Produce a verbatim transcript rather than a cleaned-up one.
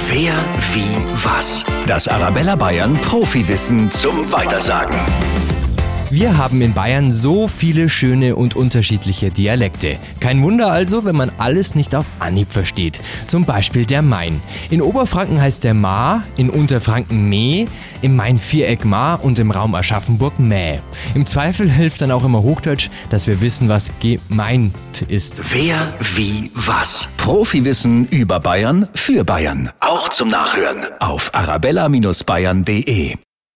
Wer, wie, was? Das Arabella Bayern Profiwissen zum Weitersagen. Wir haben in Bayern so viele schöne und unterschiedliche Dialekte. Kein Wunder also, wenn man alles nicht auf Anhieb versteht. Zum Beispiel der Main. In Oberfranken heißt der Ma, in Unterfranken Meh, im Main-Viereck Ma und im Raum Aschaffenburg Mäh. Im Zweifel hilft dann auch immer Hochdeutsch, dass wir wissen, was gemeint ist. Wer, wie, was? Profiwissen über Bayern für Bayern. Auch zum Nachhören auf arabella Bindestrich bayern punkt de.